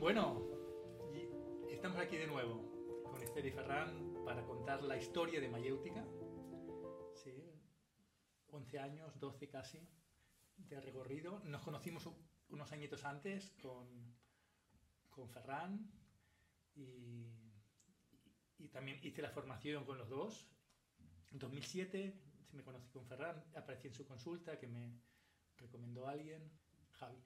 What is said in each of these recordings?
Bueno, estamos aquí de nuevo con Esther y Ferran para contar la historia de Mayéutica. Sí, 11 años, 12 casi, de recorrido. Nos conocimos unos añitos antes con Ferran y también hice la formación con los dos. En 2007 me conocí con Ferran, aparecí en su consulta que me recomendó alguien, Javi.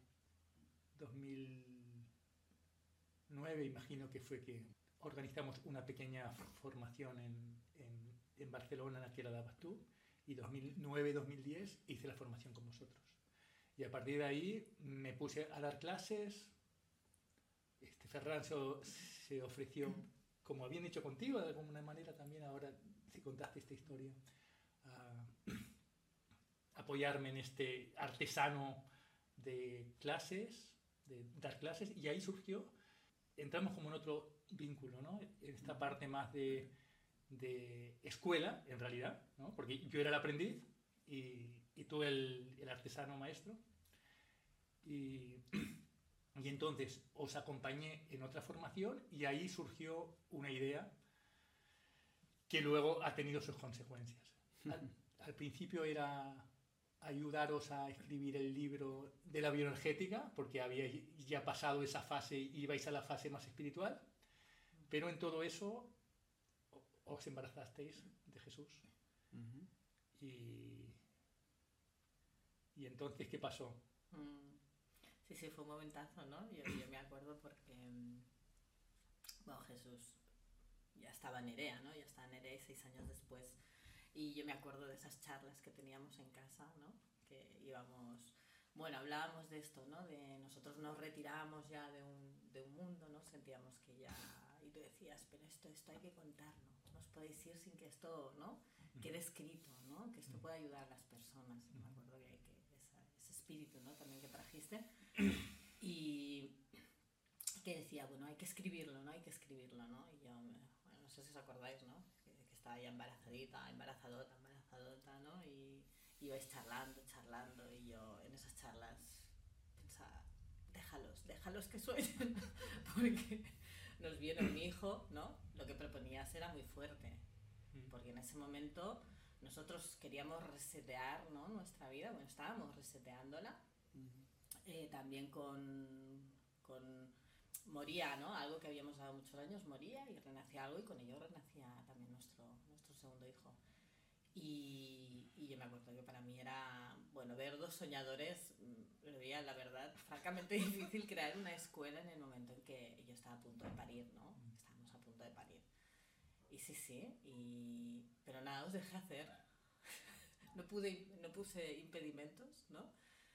2009 imagino que fue que organizamos una pequeña formación en Barcelona, en la que la dabas tú, y 2009-2010 hice la formación con vosotros. Y a partir de ahí me puse a dar clases. Ferran se ofreció, como habían hecho contigo de alguna manera también, ahora si contaste esta historia, a apoyarme en este artesano de clases, de dar clases, y ahí surgió, entramos como en otro vínculo, ¿no? En esta parte más de escuela, en realidad, ¿no? Porque yo era el aprendiz y tú el artesano maestro. Y entonces os acompañé en otra formación y ahí surgió una idea que luego ha tenido sus consecuencias. Al principio era ayudaros a escribir el libro de la bioenergética, porque habíais ya pasado esa fase y ibais a la fase más espiritual, pero en todo eso os embarazasteis de Jesús. Y entonces, ¿qué pasó? Sí, fue un momentazo, ¿no? Yo me acuerdo porque, bueno, Jesús ya estaba en Nerea, ¿no? Ya estaba en Nerea 6 años después. Y yo me acuerdo de esas charlas que teníamos en casa, ¿no? Que íbamos, bueno, hablábamos de esto, ¿no? De nosotros nos retirábamos ya de un mundo, ¿no? Sentíamos que ya, y tú decías, pero esto hay que contarlo, no os podéis ir sin que esto, ¿no? Quede escrito, ¿no? Que esto pueda ayudar a las personas. Me acuerdo que ese espíritu, ¿no? También que trajiste. Y que decía, bueno, hay que escribirlo, ¿no? Hay que escribirlo, ¿no? Y yo, bueno, no sé si os acordáis, ¿no? Que estaba ya embarazadota, ¿no? Y ibais charlando, y yo en esas charlas pensaba, déjalos que sueñen, porque nos viene un hijo, ¿no? Lo que proponías era muy fuerte, porque en ese momento nosotros queríamos resetear, ¿no? Nuestra vida, bueno, estábamos reseteándola, también con moría, ¿no? Algo que habíamos dado muchos años, moría y renacía algo, y con ello renacía también nuestro segundo hijo. Y yo me acuerdo que para mí era, bueno, ver dos soñadores, lo veía, la verdad, francamente difícil crear una escuela en el momento en que yo estaba a punto de parir, ¿no? Estábamos a punto de parir. Y sí, pero nada, os dejé hacer. No puse impedimentos, ¿no?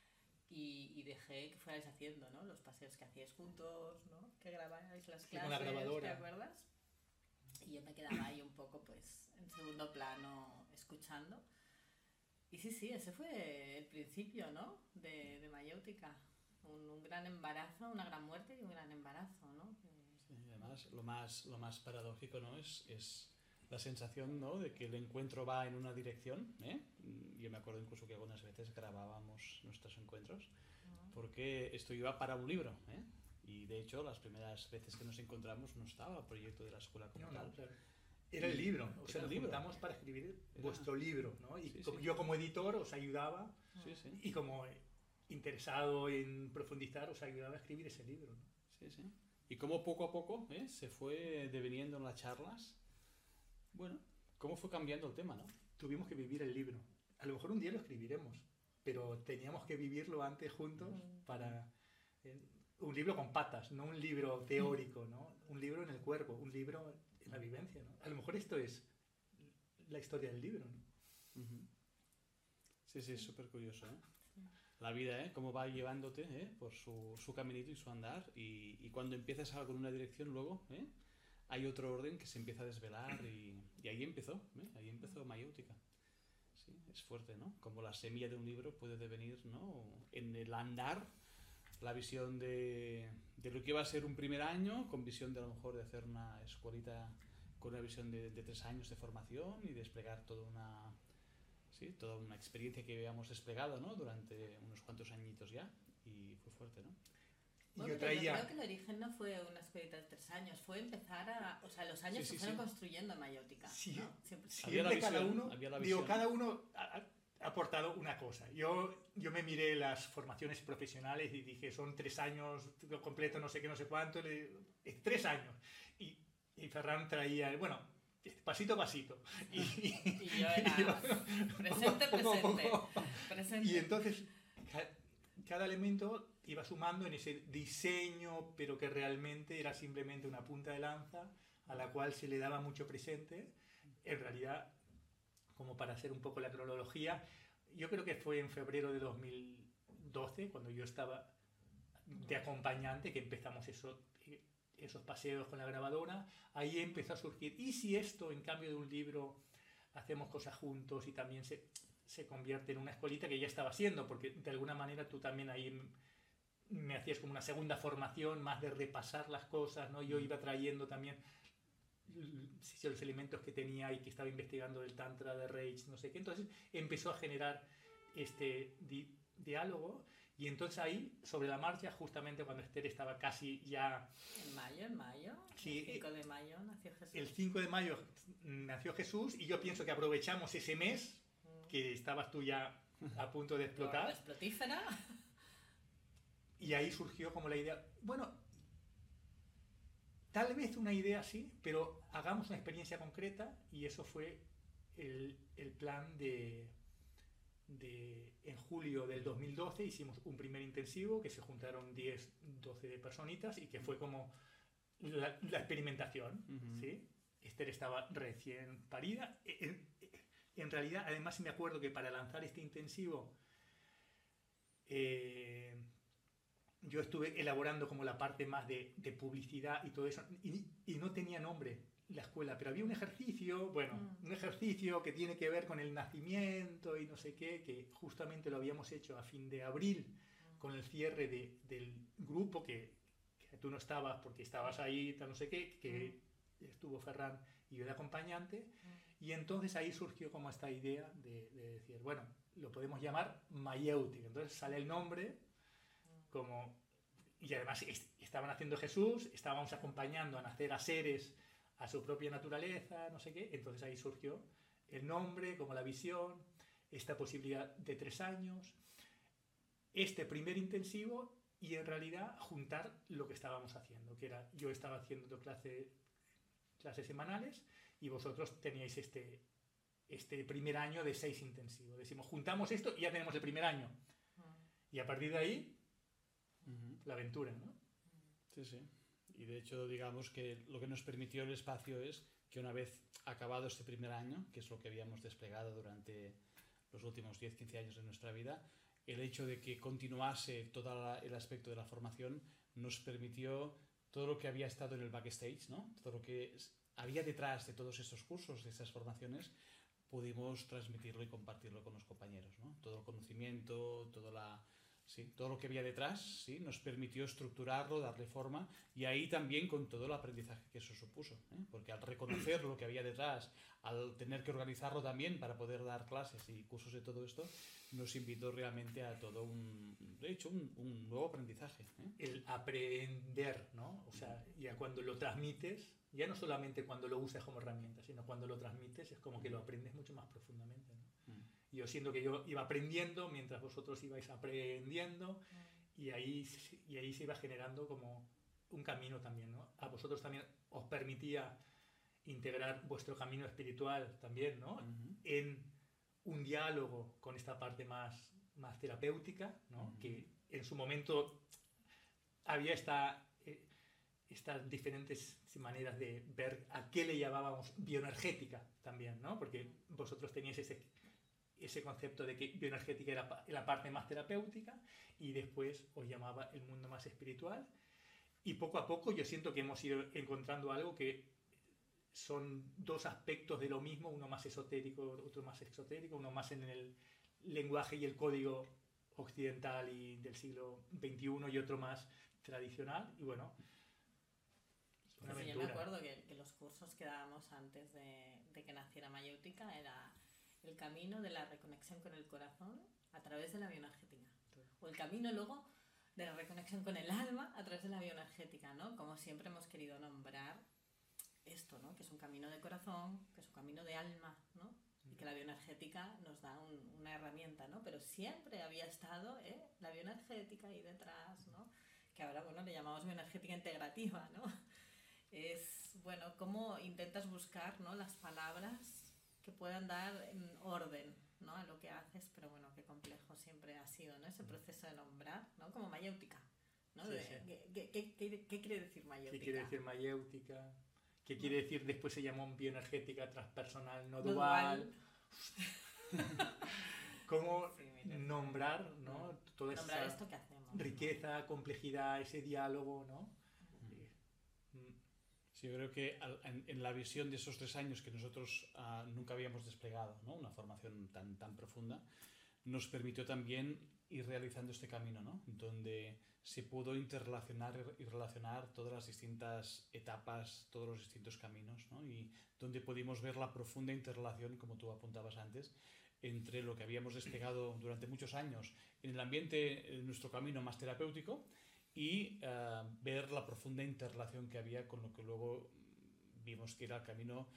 Y dejé que fuerais haciendo, ¿no? Los paseos que hacíais juntos, ¿no? Que grabáis las clases, con la grabadora. ¿te acuerdas? Y yo me quedaba ahí un poco, pues, en segundo plano, escuchando. Y sí, ese fue el principio, ¿no? De Mayéutica. Un gran embarazo, una gran muerte y un gran embarazo, ¿no? Sí, además, lo más paradójico, ¿no? Es la sensación, ¿no? De que el encuentro va en una dirección, ¿eh? Yo me acuerdo incluso que algunas veces grabábamos nuestros encuentros, porque esto iba para un libro, ¿eh? Y de hecho las primeras veces que nos encontramos no estaba el proyecto de la escuela como tal. Claro. Era el libro, o sea, nos juntamos para escribir vuestro libro, ¿no? Y yo como editor os ayudaba, y como interesado en profundizar os ayudaba a escribir ese libro, ¿no? Sí. Y cómo poco a poco se fue deveniendo en las charlas. Bueno, cómo fue cambiando el tema, ¿no? Tuvimos que vivir el libro. A lo mejor un día lo escribiremos, pero teníamos que vivirlo antes juntos para... un libro con patas, no un libro teórico, ¿no? Un libro en el cuerpo, un libro en la vivencia, ¿no? A lo mejor esto es la historia del libro, ¿no? Sí, es súper curioso, ¿eh? La vida, ¿eh? Cómo va llevándote, por su caminito y su andar, y cuando empiezas algo en una dirección luego, hay otro orden que se empieza a desvelar, y ahí empezó Mayéutica. Sí, es fuerte, ¿no? Como la semilla de un libro puede devenir, ¿no? En el andar, la visión de lo que iba a ser un primer año, con visión de a lo mejor de hacer una escuelita con una visión de 3 años de formación y desplegar toda una experiencia que habíamos desplegado, ¿no? Durante unos cuantos añitos ya, y fue fuerte, ¿no? Bueno, yo pero yo traía... creo que el origen no fue una escuelita de 3 años, fue empezar a... O sea, los años se fueron construyendo en Mayótica, Sí, ¿no? Siempre. Había la siempre cada visión, uno, había la digo, visión. cada uno ha aportado una cosa. Yo me miré las formaciones profesionales y dije, son 3 años completo, no sé qué, no sé cuánto, 3 años. Y Ferran traía, bueno, pasito a pasito. Y yo era presente. Y entonces, cada elemento iba sumando en ese diseño, pero que realmente era simplemente una punta de lanza a la cual se le daba mucho presente. En realidad, como para hacer un poco la cronología, yo creo que fue en febrero de 2012, cuando yo estaba de acompañante, que empezamos esos paseos con la grabadora. Ahí empezó a surgir, ¿y si esto, en cambio de un libro, hacemos cosas juntos y también se convierte en una escuelita que ya estaba siendo? Porque de alguna manera tú también ahí me hacías como una segunda formación, más de repasar las cosas, ¿no? Yo iba trayendo también los elementos que tenía y que estaba investigando del Tantra, de Rage, no sé qué. Entonces empezó a generar este diálogo, y entonces ahí, sobre la marcha, justamente cuando Esther estaba casi ya... En mayo, sí, el 5 de mayo nació Jesús. El 5 de mayo nació Jesús, y yo pienso que aprovechamos ese mes que estabas tú ya a punto de explotar. Explotífera. Y ahí surgió como la idea, bueno, tal vez una idea sí, pero hagamos una experiencia concreta, y eso fue el plan en julio del 2012 hicimos un primer intensivo que se juntaron 10, 12 personitas y que fue como la experimentación, ¿sí? Esther estaba recién parida. En realidad, además me acuerdo que para lanzar este intensivo yo estuve elaborando como la parte más de publicidad y todo eso, y no tenía nombre la escuela, pero había un ejercicio, un ejercicio que tiene que ver con el nacimiento y no sé qué, que justamente lo habíamos hecho a fin de abril con el cierre del grupo, que tú no estabas porque estabas ahí, no sé qué, que estuvo Ferran y yo de acompañante, y entonces ahí surgió como esta idea de decir, bueno, lo podemos llamar Mayéutica. Entonces sale el nombre como... Y además estaban haciendo Jesús, estábamos acompañando a nacer a seres a su propia naturaleza, no sé qué. Entonces ahí surgió el nombre, como la visión, esta posibilidad de 3 años, este primer intensivo, y en realidad juntar lo que estábamos haciendo, que era, yo estaba haciendo clases semanales y vosotros teníais este primer año de 6 intensivos. Decimos, juntamos esto y ya tenemos el primer año. Y a partir de ahí, la aventura, ¿no? Sí, sí. Y de hecho, digamos que lo que nos permitió el espacio es que una vez acabado este primer año, que es lo que habíamos desplegado durante los últimos 10-15 años de nuestra vida, el hecho de que continuase todo el aspecto de la formación nos permitió todo lo que había estado en el backstage, ¿no? Todo lo que había detrás de todos estos cursos, de esas formaciones, pudimos transmitirlo y compartirlo con los compañeros, ¿no? Todo el conocimiento, todo lo que había detrás, ¿sí? Nos permitió estructurarlo, darle forma, y ahí también con todo el aprendizaje que eso supuso, ¿eh? Porque al reconocer lo que había detrás, al tener que organizarlo también para poder dar clases y cursos de todo esto, nos invitó realmente a todo un nuevo aprendizaje, ¿eh? El aprender, ¿no? O sea, ya cuando lo transmites, ya no solamente cuando lo usas como herramienta, sino cuando lo transmites es como que lo aprendes mucho más profundamente, ¿no? Yo siento que yo iba aprendiendo mientras vosotros ibais aprendiendo, y ahí se iba generando como un camino también, ¿no? A vosotros también os permitía integrar vuestro camino espiritual también, ¿no? En un diálogo con esta parte más terapéutica, ¿no? Que en su momento había estas diferentes maneras de ver a qué le llamábamos bioenergética también, ¿no? Porque vosotros teníais ese concepto de que bioenergética era la parte más terapéutica, y después os llamaba el mundo más espiritual, y poco a poco yo siento que hemos ido encontrando algo que son 2 aspectos de lo mismo, uno más esotérico, otro más exotérico, uno más en el lenguaje y el código occidental y del siglo XXI, y otro más tradicional, y bueno, es una aventura. Yo me acuerdo que los cursos que dábamos antes de que naciera Mayéutica era el camino de la reconexión con el corazón a través de la bioenergética. O el camino luego de la reconexión con el alma a través de la bioenergética, ¿no? Como siempre hemos querido nombrar esto, ¿no? Que es un camino de corazón, que es un camino de alma, ¿no? Y que la bioenergética nos da una herramienta, ¿no? Pero siempre había estado la bioenergética ahí detrás, ¿no? Que ahora, bueno, le llamamos bioenergética integrativa, ¿no? Es, bueno, cómo intentas buscar, ¿no? Las palabras que puedan dar orden, ¿no? A lo que haces, pero bueno, qué complejo siempre ha sido, ¿no? Ese proceso de nombrar, ¿no? Como mayéutica, ¿no? Sí, ¿Qué quiere decir mayéutica? ¿Qué quiere decir mayéutica? ¿Qué quiere decir? Después se llamó bioenergética transpersonal no No dual. dual. ¿Cómo Sí, nombrar, ¿no? Toda Nombrar esa esto que hacemos, riqueza, complejidad, ese diálogo, ¿no? Sí, yo creo que en la visión de esos 3 años que nosotros nunca habíamos desplegado, ¿no? Una formación tan profunda, nos permitió también ir realizando este camino, ¿no? Donde se pudo interrelacionar y relacionar todas las distintas etapas, todos los distintos caminos, ¿no? Y donde pudimos ver la profunda interrelación, como tú apuntabas antes, entre lo que habíamos desplegado durante muchos años en el ambiente, en nuestro camino más terapéutico, y ver la profunda interrelación que había con lo que luego vimos que era el camino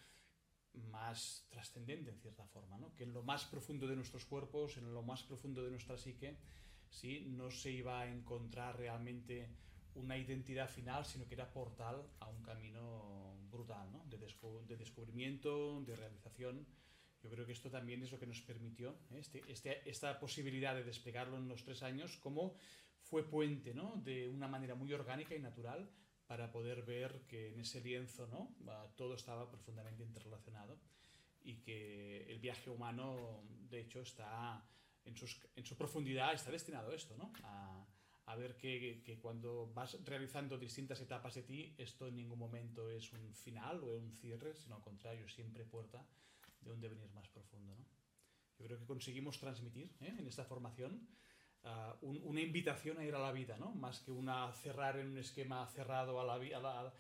más trascendente en cierta forma, ¿no? Que en lo más profundo de nuestros cuerpos, en lo más profundo de nuestra psique, ¿sí? No se iba a encontrar realmente una identidad final, sino que era portal a un camino brutal, ¿no? De descubrimiento, de realización. Yo creo que esto también es lo que nos permitió esta posibilidad de desplegarlo en los 3 años, como fue puente, ¿no? De una manera muy orgánica y natural para poder ver que en ese lienzo, ¿no? Todo estaba profundamente interrelacionado y que el viaje humano, de hecho, está en su profundidad, está destinado a esto, ¿no? A ver que cuando vas realizando distintas etapas de ti, esto en ningún momento es un final o un cierre, sino al contrario, siempre puerta de un devenir más profundo, ¿no? Yo creo que conseguimos transmitir en esta formación una invitación a ir a la vida, ¿no? Más que cerrar en un esquema cerrado a la vida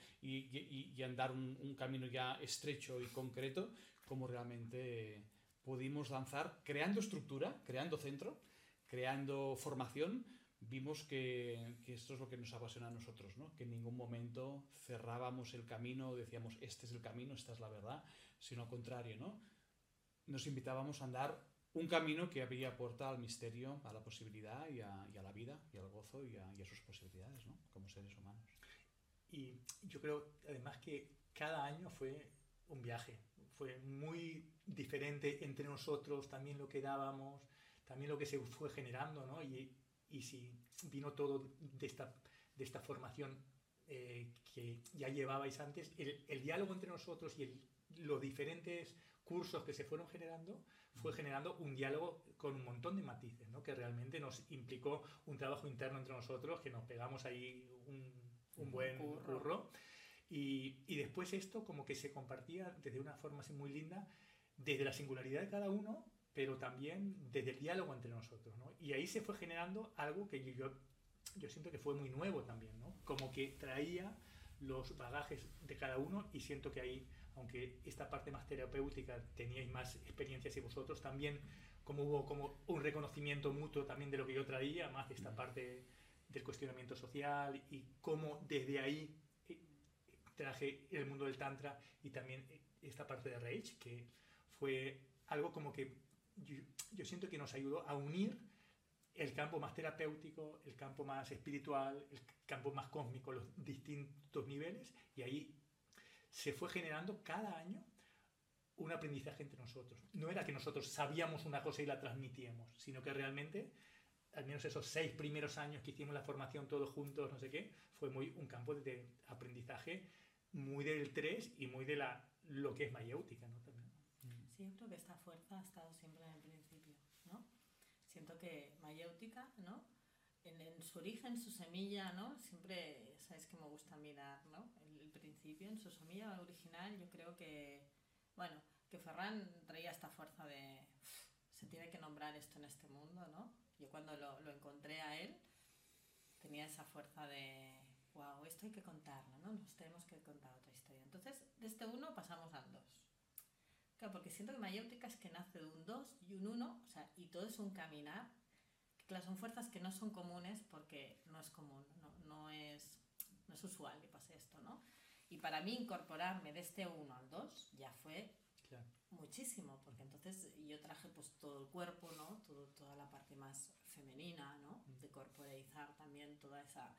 y andar un camino ya estrecho y concreto, como realmente pudimos lanzar, creando estructura, creando centro, creando formación. Vimos que esto es lo que nos apasiona a nosotros, ¿no? Que en ningún momento cerrábamos el camino, decíamos este es el camino, esta es la verdad, sino al contrario, ¿no? Nos invitábamos a andar un camino que abría puerta al misterio, a la posibilidad y a la vida y al gozo y a sus posibilidades, ¿no? Como seres humanos. Y yo creo además que cada año fue un viaje, fue muy diferente entre nosotros, también lo que dábamos, también lo que se fue generando, ¿no? Y si vino todo de esta formación que ya llevabais antes, el diálogo entre nosotros y los diferentes cursos que se fueron generando, fue generando un diálogo con un montón de matices, ¿no? Que realmente nos implicó un trabajo interno entre nosotros, que nos pegamos ahí un buen curro. Y después esto como que se compartía desde una forma así muy linda, desde la singularidad de cada uno, pero también desde el diálogo entre nosotros, ¿no? Y ahí se fue generando algo que yo siento que fue muy nuevo también, ¿no? Como que traía los bagajes de cada uno, y siento que ahí, aunque esta parte más terapéutica teníais más experiencias y vosotros también, como hubo como un reconocimiento mutuo también de lo que yo traía, más de esta parte del cuestionamiento social, y cómo desde ahí traje el mundo del tantra y también esta parte de Rage, que fue algo como que yo siento que nos ayudó a unir el campo más terapéutico, el campo más espiritual, el campo más cósmico, los distintos niveles, y ahí se fue generando cada año un aprendizaje entre nosotros. No era que nosotros sabíamos una cosa y la transmitíamos, sino que realmente, al menos esos 6 primeros años que hicimos la formación todos juntos, no sé qué, fue muy un campo de aprendizaje muy del 3 y muy de lo que es mayéutica, ¿no? También. Sí, yo creo que esta fuerza ha estado siempre en el principio, ¿no? Siento que mayéutica, ¿no? En su origen, su semilla, ¿no? Siempre, sabéis que me gusta mirar, ¿no? El principio, en su semilla original, yo creo que, bueno, que Ferran traía esta fuerza de se tiene que nombrar esto en este mundo, ¿no? Yo cuando lo encontré a él, tenía esa fuerza de wow, esto hay que contarlo, ¿no? Nos tenemos que contar otra historia. Entonces, de este 1 pasamos al 2. Claro, porque siento que mayéutica es que nace de un 2 y un 1, o sea, y todo es un caminar, claro, son fuerzas que no son comunes porque no es común, no es usual que pase esto, ¿no? Y para mí incorporarme de este 1 al 2 ya fue Claro. muchísimo, porque entonces yo traje pues todo el cuerpo, ¿no? Toda la parte más femenina, ¿no? De corporeizar también toda esa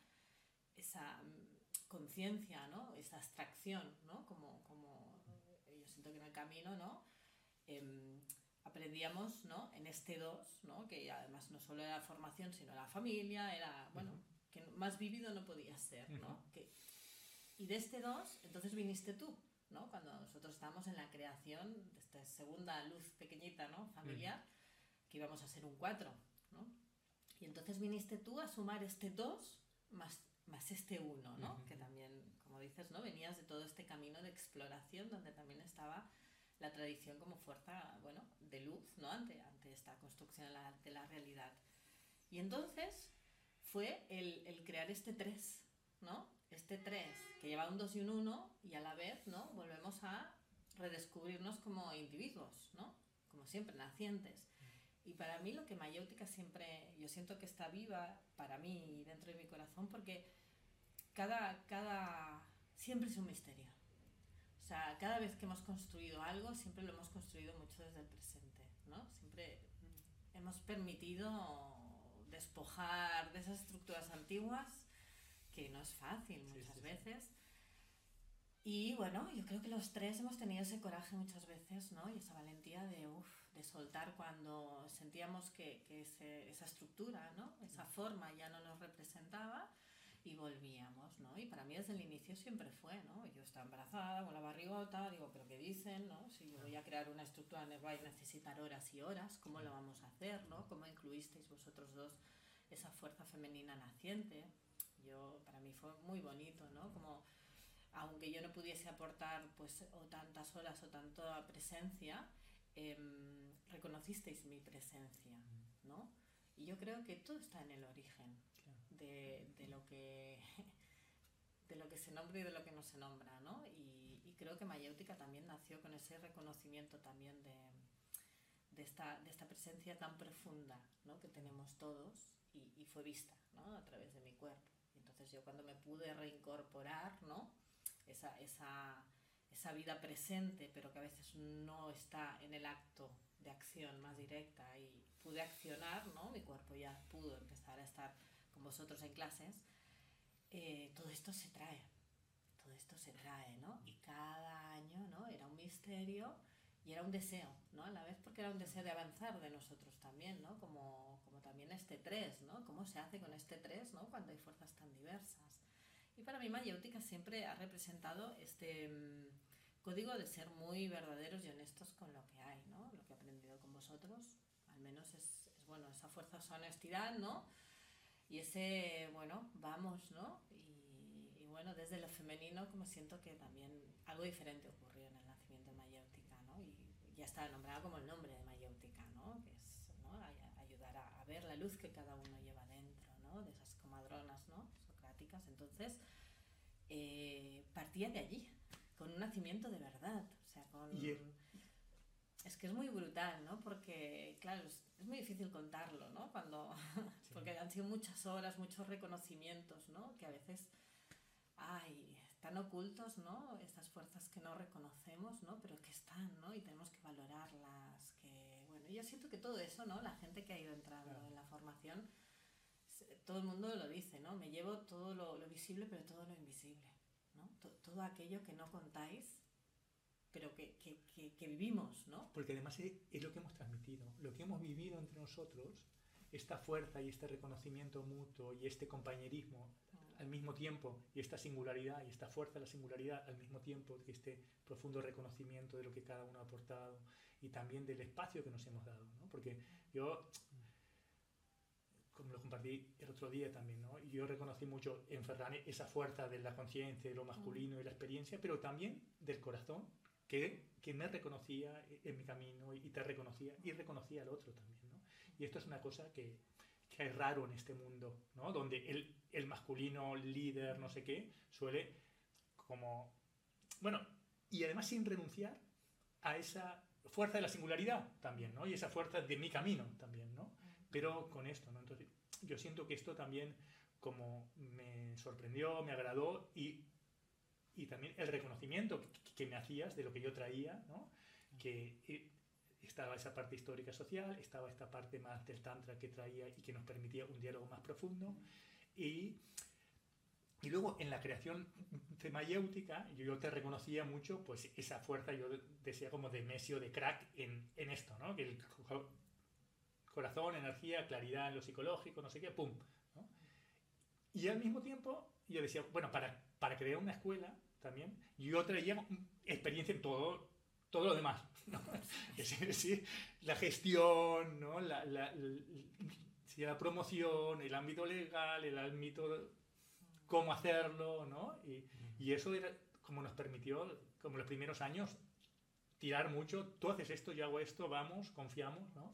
conciencia, ¿no? Esa abstracción, ¿no? Como yo siento que en el camino, ¿no? Aprendíamos, ¿no? En este 2, ¿no? Que además no solo era formación, sino la familia, era, bueno, que más vivido no podía ser, ¿no? Y de este 2, entonces viniste tú, ¿no? Cuando nosotros estábamos en la creación de esta segunda luz pequeñita, ¿no? Familiar, que íbamos a ser un 4, ¿no? Y entonces viniste tú a sumar este 2 más este 1, ¿no? Que también, como dices, ¿no? Venías de todo este camino de exploración donde también estaba la tradición como fuerza, bueno, de luz, ¿no? Ante esta construcción de la realidad. Y entonces fue el crear este 3, ¿no? Este 3 que lleva un 2 y un 1 y a la vez, ¿no? Volvemos a redescubrirnos como individuos, ¿no? Como siempre, nacientes. Y para mí lo que Mayéutica siempre, yo siento que está viva para mí dentro de mi corazón porque siempre es un misterio. O sea, cada vez que hemos construido algo, siempre lo hemos construido mucho desde el presente, ¿no? Siempre hemos permitido despojar de esas estructuras antiguas, que no es fácil muchas veces. Y bueno, yo creo que los 3 hemos tenido ese coraje muchas veces, ¿no? Y esa valentía de soltar cuando sentíamos que esa estructura, ¿no? Esa forma ya no nos representaba y volvíamos, ¿no? Y para mí desde el inicio siempre fue, ¿no? Yo estaba embarazada con la barrigota, digo, ¿pero qué dicen, no? Si yo voy a crear una estructura, va a necesitar horas y horas, ¿cómo lo vamos a hacer, no? ¿Cómo incluisteis vosotros dos esa fuerza femenina naciente? Para mí fue muy bonito, ¿no? Como, aunque yo no pudiese aportar pues o tantas horas o tanta presencia, reconocisteis mi presencia, ¿no? Y yo creo que todo está en el origen de lo que se nombra y de lo que no se nombra, ¿no? Y creo que Mayéutica también nació con ese reconocimiento también de esta presencia tan profunda, ¿no? Que tenemos todos y fue vista, ¿no? A través de mi cuerpo. Entonces yo cuando me pude reincorporar, ¿no? Esa vida presente, pero que a veces no está en el acto de acción más directa y pude accionar, ¿no? Mi cuerpo ya pudo empezar a estar con vosotros en clases, todo esto se trae, ¿no? Y cada año, ¿no? Era un misterio y era un deseo, ¿no? A la vez porque era un deseo de avanzar de nosotros también, ¿no? Como también este 3, ¿no? ¿Cómo se hace con este 3, ¿no? Cuando hay fuerzas tan diversas. Y para mí Mayéutica siempre ha representado este código de ser muy verdaderos y honestos con lo que hay, ¿no? Lo que he aprendido con vosotros, al menos es bueno, esa fuerza, esa honestidad, ¿no? Y ese, bueno, vamos, ¿no? Y bueno, desde lo femenino como siento que también algo diferente ocurrió en el nacimiento de Mayéutica, ¿no? Y ya está nombrada como el nombre de Mayéutica, ¿no? Que es, ¿no? Ayudar a ver la luz que cada uno lleva dentro, ¿no? De esas comadronas, ¿no? Socráticas. Entonces, partía de allí, con un nacimiento de verdad, o sea, es que es muy brutal, ¿no? Porque, claro, es muy difícil contarlo, ¿no? Porque han sido muchas horas, muchos reconocimientos, ¿no? Que a veces están ocultos, ¿no? Estas fuerzas que no reconocemos, ¿no? Pero que están, ¿no? Y tenemos que valorarlas, bueno, yo siento que todo eso, ¿no? La gente que ha ido entrando en la formación, todo el mundo lo dice, ¿no? Me llevo todo lo visible, pero todo lo invisible, ¿no? Todo aquello que no contáis, pero que vivimos, ¿no? Porque además es lo que hemos transmitido, lo que hemos vivido entre nosotros, esta fuerza y este reconocimiento mutuo y este compañerismo al mismo tiempo, y esta singularidad y esta fuerza de la singularidad al mismo tiempo, que este profundo reconocimiento de lo que cada uno ha aportado y también del espacio que nos hemos dado, ¿no? Porque yo, como lo compartí el otro día también, ¿no? Yo reconocí mucho en Ferran esa fuerza de la conciencia, de lo masculino y la experiencia, pero también del corazón, que me reconocía en mi camino y te reconocía y reconocía al otro también, ¿no? Y esto es una cosa que es raro en este mundo, ¿no? Donde el masculino líder, no sé qué, suele como... Bueno, y además sin renunciar a esa fuerza de la singularidad también, ¿no? Y esa fuerza de mi camino también, ¿no? pero con esto, ¿no? Entonces, yo siento que esto también como me sorprendió, me agradó y también el reconocimiento que me hacías de lo que yo traía, ¿no? Que estaba esa parte histórica social, estaba esta parte más del tantra que traía y que nos permitía un diálogo más profundo y luego en la creación mayéutica yo te reconocía mucho pues esa fuerza, yo decía como de Messi o de crack en esto, ¿no? Que el corazón, energía, claridad en lo psicológico, no sé qué, pum, ¿no? Y al mismo tiempo yo decía, bueno, para crear una escuela también, yo traía experiencia en todo lo demás, ¿no? Sí, la gestión, ¿no? La promoción, el ámbito legal, el ámbito cómo hacerlo, ¿no? Y eso era como nos permitió, como los primeros años, tirar mucho, tú haces esto, yo hago esto, vamos, confiamos, ¿no?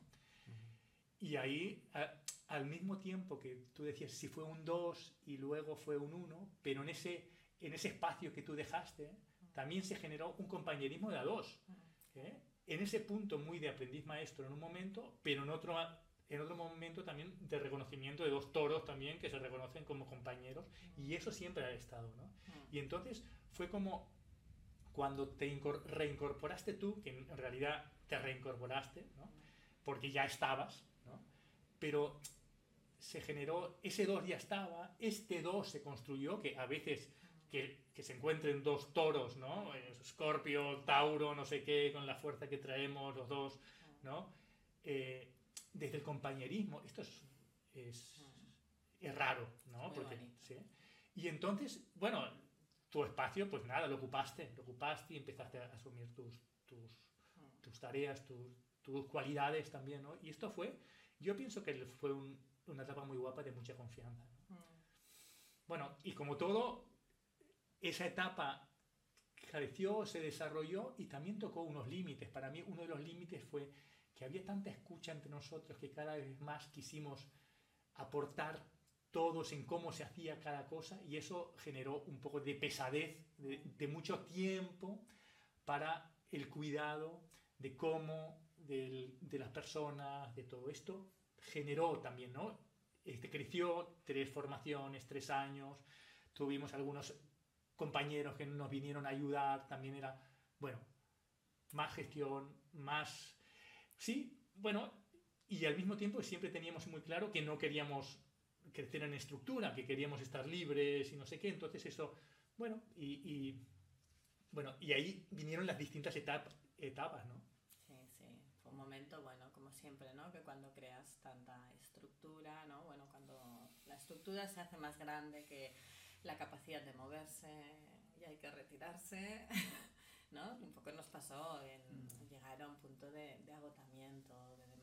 Y ahí, al mismo tiempo que tú decías, si fue un 2 y luego fue un 1, pero en ese espacio que tú dejaste, también se generó un compañerismo de a 2. En ese punto muy de aprendiz maestro en un momento, pero en otro momento también de reconocimiento de 2 toros también que se reconocen como compañeros, y eso siempre ha estado, ¿no? Y entonces fue como cuando te reincorporaste tú, que en realidad te reincorporaste, ¿no? Porque ya estabas, ¿no? Pero se generó, ese 2 ya estaba, este 2 se construyó, que a veces que se encuentren 2 toros, ¿no? Escorpio, Tauro, no sé qué, con la fuerza que traemos los 2, ¿no? Desde el compañerismo, esto es raro, ¿no? Porque, ¿sí? Y entonces, bueno, tu espacio, pues nada, lo ocupaste y empezaste a asumir tus tareas, tus cualidades también, ¿no? Y esto yo pienso que fue una etapa muy guapa de mucha confianza, ¿no? Bueno, y como todo, esa etapa creció, se desarrolló y también tocó unos límites. Para mí uno de los límites fue que había tanta escucha entre nosotros que cada vez más quisimos aportar todos en cómo se hacía cada cosa, y eso generó un poco de pesadez, de mucho tiempo para el cuidado de cómo, de las personas, de todo esto. Generó también, ¿no? Creció 3 formaciones, 3 años, tuvimos algunos compañeros que nos vinieron a ayudar, también era, bueno, más gestión, más... Sí, bueno, y al mismo tiempo siempre teníamos muy claro que no queríamos crecer en estructura, que queríamos estar libres y no sé qué, entonces eso, bueno, bueno, y ahí vinieron las distintas etapas, ¿no? Sí, fue un momento, bueno, como siempre, ¿no? Que cuando creas tanta estructura, ¿no? Bueno, cuando la estructura se hace más grande que la capacidad de moverse y hay que retirarse, ¿no? Un poco nos pasó en llegar a un punto de agotamiento, de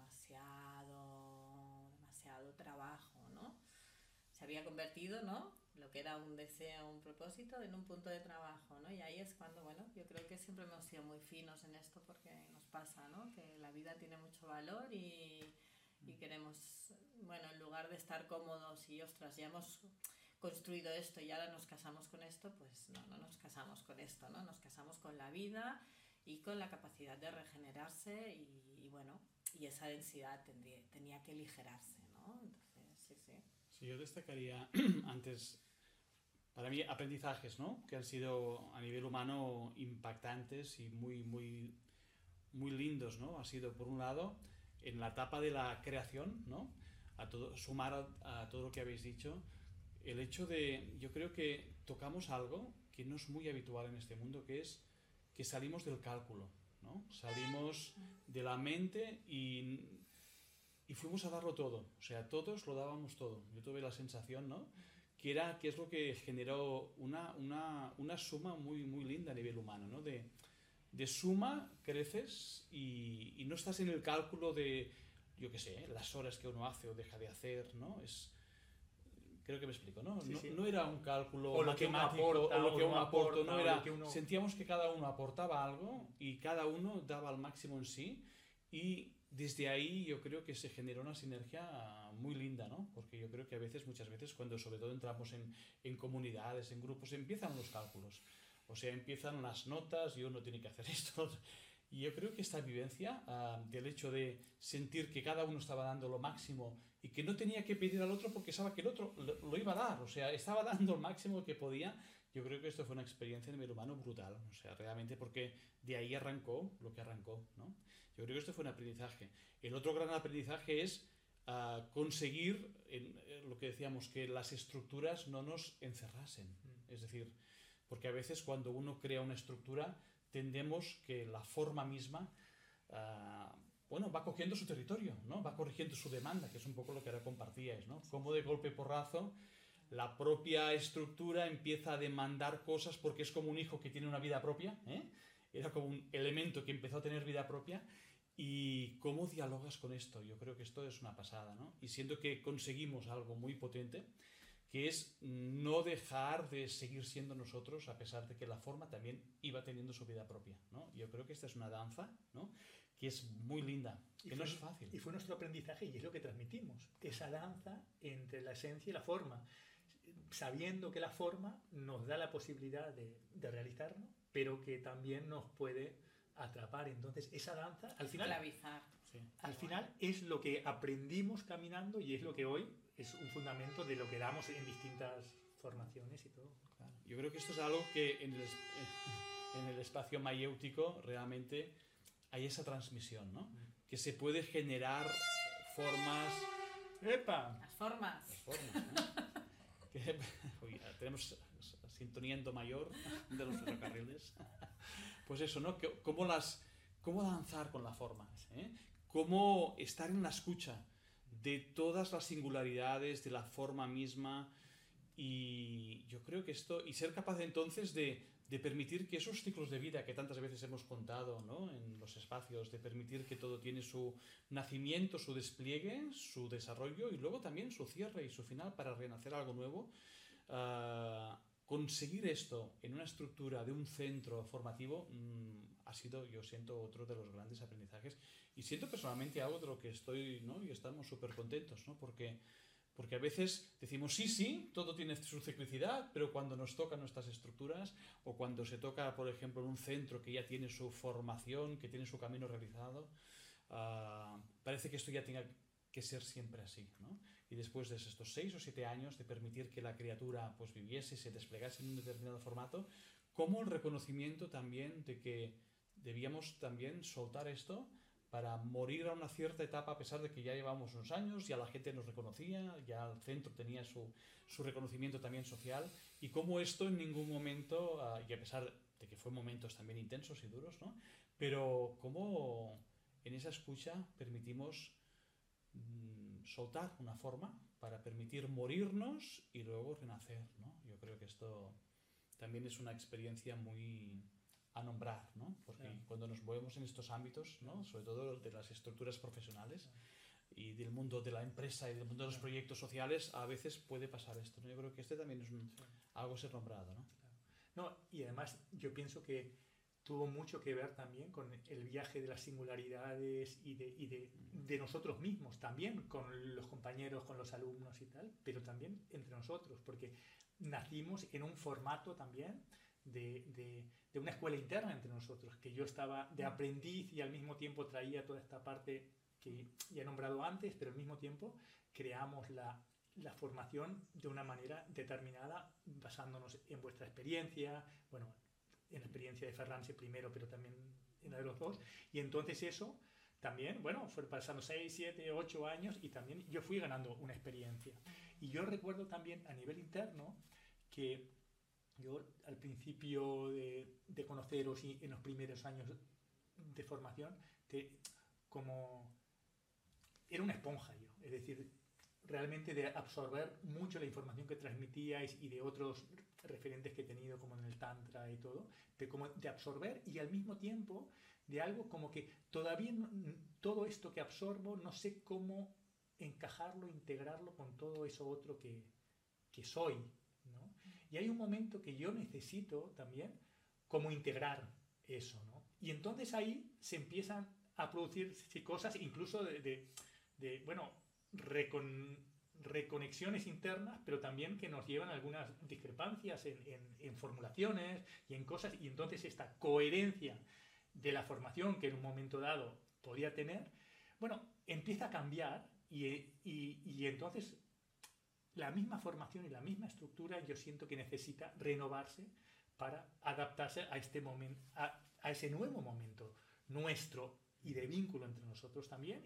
demasiado trabajo, ¿no? Se había convertido, ¿no? Lo que era un deseo, un propósito, en un punto de trabajo, ¿no? Y ahí es cuando, bueno, yo creo que siempre hemos sido muy finos en esto porque nos pasa, ¿no? Que la vida tiene mucho valor y queremos, bueno, en lugar de estar cómodos y, ostras, ya hemos construido esto y ahora nos casamos con esto, pues no nos casamos con esto, ¿no? Nos casamos con la vida y con la capacidad de regenerarse y bueno, y esa densidad tenía que aligerarse, ¿no? Entonces, sí. Sí, yo destacaría antes, para mí, aprendizajes, ¿no? Que han sido a nivel humano impactantes y muy, muy, muy lindos, ¿no? Ha sido, por un lado, en la etapa de la creación, ¿no? Sumar a todo lo que habéis dicho, el hecho de, yo creo que tocamos algo que no es muy habitual en este mundo, que es que salimos del cálculo, ¿no? Salimos de la mente y fuimos a darlo todo, o sea, todos lo dábamos todo. Yo tuve la sensación, ¿no? Que es lo que generó una suma muy, muy linda a nivel humano, ¿no? De suma creces y no estás en el cálculo de, yo qué sé, las horas que uno hace o deja de hacer, ¿no? Creo que me explico, ¿no? Sí, sí. No era un cálculo o lo que uno matemático aporta, o lo que uno aporta, no era, uno... sentíamos que cada uno aportaba algo y cada uno daba al máximo en sí, y desde ahí yo creo que se generó una sinergia muy linda, ¿no? Porque yo creo que muchas veces, cuando sobre todo entramos en comunidades, en grupos, empiezan los cálculos. O sea, empiezan las notas y uno tiene que hacer esto. Y yo creo que esta vivencia del hecho de sentir que cada uno estaba dando lo máximo y que no tenía que pedir al otro porque sabía que el otro lo iba a dar, o sea, estaba dando el máximo que podía, yo creo que esto fue una experiencia a nivel humano brutal, o sea, realmente porque de ahí arrancó lo que arrancó, ¿no? Yo creo que esto fue un aprendizaje. El otro gran aprendizaje es conseguir lo que decíamos, que las estructuras no nos encerrasen. Es decir, porque a veces cuando uno crea una estructura tendemos que la forma misma va cogiendo su territorio, ¿no? Va corrigiendo su demanda, que es un poco lo que ahora compartíais, ¿no? Cómo de golpe y porrazo la propia estructura empieza a demandar cosas porque es como un hijo que tiene una vida propia, ¿eh? Era como un elemento que empezó a tener vida propia. ¿Y cómo dialogas con esto? Yo creo que esto es una pasada, ¿no? Y siento que conseguimos algo muy potente, que es no dejar de seguir siendo nosotros a pesar de que la forma también iba teniendo su vida propia, ¿no? Yo creo que esta es una danza, ¿no? Que es muy linda, que no es fácil. Y fue nuestro aprendizaje y es lo que transmitimos, esa danza entre la esencia y la forma, sabiendo que la forma nos da la posibilidad de realizarlo, pero que también nos puede atrapar. Entonces esa danza al final, sí. Al final es lo que aprendimos caminando y es lo que hoy es un fundamento de lo que damos en distintas formaciones y todo. Claro. Yo creo que esto es algo que en el espacio mayéutico realmente hay esa transmisión, ¿no? Que se puede generar formas... ¡Epa! Las formas, ¿no? Tenemos sintonía en do mayor de los ferrocarriles. Pues eso, ¿no? Cómo danzar con la forma, ¿eh? Cómo estar en la escucha de todas las singularidades de la forma misma, y yo creo que esto, y ser capaz entonces de permitir que esos ciclos de vida que tantas veces hemos contado, ¿no? En los espacios, de permitir que todo tiene su nacimiento, su despliegue, su desarrollo y luego también su cierre y su final para renacer algo nuevo. Conseguir esto en una estructura de un centro formativo ha sido, yo siento, otro de los grandes aprendizajes, y siento personalmente algo de lo que estoy, ¿no? Y estamos súper contentos, ¿no? Porque a veces decimos sí, todo tiene su ciclicidad, pero cuando nos tocan nuestras estructuras o cuando se toca, por ejemplo, en un centro que ya tiene su formación, que tiene su camino realizado, parece que esto ya tenga que ser siempre así, ¿no? Y después de estos 6 o 7 años de permitir que la criatura pues viviese, se desplegase en un determinado formato, como el reconocimiento también de que debíamos también soltar esto para morir a una cierta etapa, a pesar de que ya llevábamos unos años, ya la gente nos reconocía, ya el centro tenía su reconocimiento también social, y cómo esto en ningún momento, y a pesar de que fue momentos también intensos y duros, ¿no? Pero cómo en esa escucha permitimos soltar una forma para permitir morirnos y luego renacer, ¿no? Yo creo que esto también es una experiencia muy a nombrar, ¿no? Porque cuando nos movemos en estos ámbitos, ¿no? Sobre todo de las estructuras profesionales y del mundo de la empresa y del mundo de los proyectos sociales, a veces puede pasar esto, ¿no? Yo creo que este también es algo a ser nombrado, ¿no? No, y además yo pienso que tuvo mucho que ver también con el viaje de las singularidades y de nosotros mismos, también con los compañeros, con los alumnos y tal, pero también entre nosotros, porque nacimos en un formato también de una escuela interna entre nosotros, que yo estaba de aprendiz y al mismo tiempo traía toda esta parte que ya he nombrado antes, pero al mismo tiempo creamos la formación de una manera determinada, basándonos en vuestra experiencia, bueno, en la experiencia de Ferranse primero, pero también en la de los dos, y entonces eso también, bueno, fue pasando 6, 7, 8 años y también yo fui ganando una experiencia. Y yo recuerdo también a nivel interno que yo al principio de conoceros y en los primeros años de formación, como era una esponja yo, es decir, realmente de absorber mucho la información que transmitíais y de otros referentes que he tenido como en el Tantra y todo, como de absorber y al mismo tiempo de algo como que todavía todo esto que absorbo no sé cómo encajarlo, integrarlo con todo eso otro que soy, ¿no? Y hay un momento que yo necesito también como integrar eso, ¿no? Y entonces ahí se empiezan a producir cosas incluso reconexiones internas, pero también que nos llevan a algunas discrepancias en formulaciones y en cosas, y entonces esta coherencia de la formación que en un momento dado podía tener, bueno, empieza a cambiar y entonces la misma formación y la misma estructura yo siento que necesita renovarse para adaptarse a este momento, a ese nuevo momento nuestro y de vínculo entre nosotros también